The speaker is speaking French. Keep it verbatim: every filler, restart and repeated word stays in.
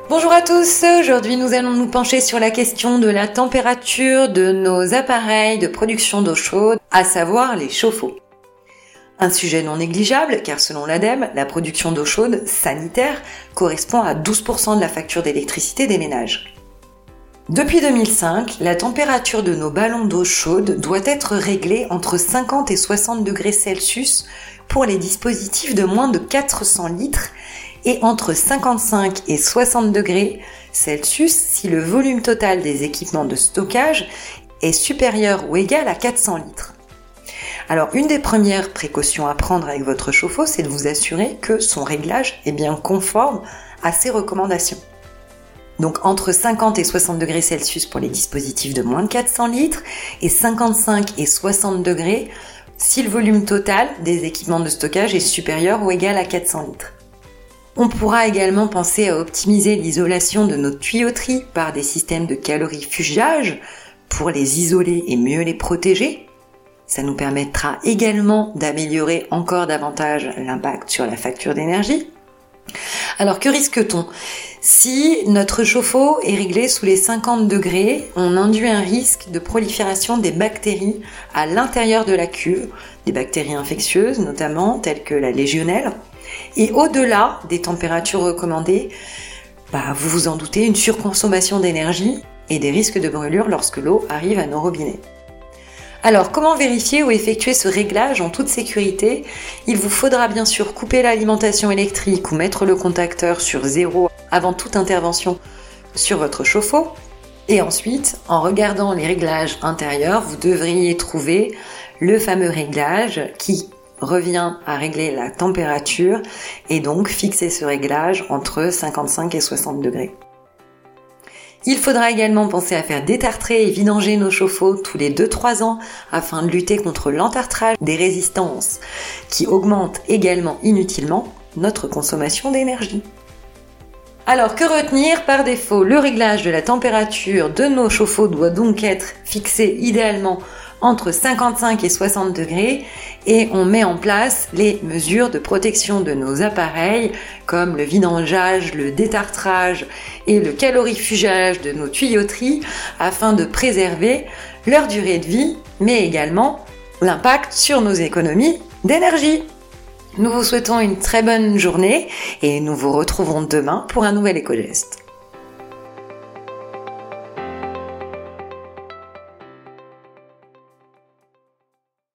Bonjour à tous, aujourd'hui nous allons nous pencher sur la question de la température de nos appareils de production d'eau chaude, à savoir les chauffe-eau. Un sujet non négligeable car selon l'ADEME, la production d'eau chaude sanitaire correspond à douze pour cent de la facture d'électricité des ménages. Depuis deux mille cinq, la température de nos ballons d'eau chaude doit être réglée entre cinquante et soixante degrés Celsius pour les dispositifs de moins de quatre cents litres et entre cinquante-cinq et soixante degrés Celsius si le volume total des équipements de stockage est supérieur ou égal à quatre cents litres. Alors, une des premières précautions à prendre avec votre chauffe-eau, c'est de vous assurer que son réglage est bien conforme à ces recommandations. Donc, entre cinquante et soixante degrés Celsius pour les dispositifs de moins de quatre cents litres et cinquante-cinq et soixante degrés si le volume total des équipements de stockage est supérieur ou égal à quatre cents litres. On pourra également penser à optimiser l'isolation de nos tuyauteries par des systèmes de calorifugage pour les isoler et mieux les protéger. Ça nous permettra également d'améliorer encore davantage l'impact sur la facture d'énergie. Alors que risque-t-on ? Si notre chauffe-eau est réglé sous les cinquante degrés, on induit un risque de prolifération des bactéries à l'intérieur de la cuve, des bactéries infectieuses notamment, telles que la légionnelle. Et au-delà des températures recommandées, bah, vous vous en doutez, une surconsommation d'énergie et des risques de brûlure lorsque l'eau arrive à nos robinets. Alors, comment vérifier ou effectuer ce réglage en toute sécurité ? Il vous faudra bien sûr couper l'alimentation électrique ou mettre le contacteur sur zéro avant toute intervention sur votre chauffe-eau. Et ensuite, en regardant les réglages intérieurs, vous devriez trouver le fameux réglage qui revient à régler la température et donc fixer ce réglage entre cinquante-cinq et soixante degrés. Il faudra également penser à faire détartrer et vidanger nos chauffe-eau tous les deux à trois ans afin de lutter contre l'entartrage des résistances qui augmentent également inutilement notre consommation d'énergie. Alors que retenir par défaut ? Le réglage de la température de nos chauffe-eau doit donc être fixé idéalement entre cinquante-cinq et soixante degrés et on met en place les mesures de protection de nos appareils comme le vidangeage, le détartrage et le calorifugage de nos tuyauteries afin de préserver leur durée de vie mais également l'impact sur nos économies d'énergie. Nous vous souhaitons une très bonne journée et nous vous retrouverons demain pour un nouvel éco-geste.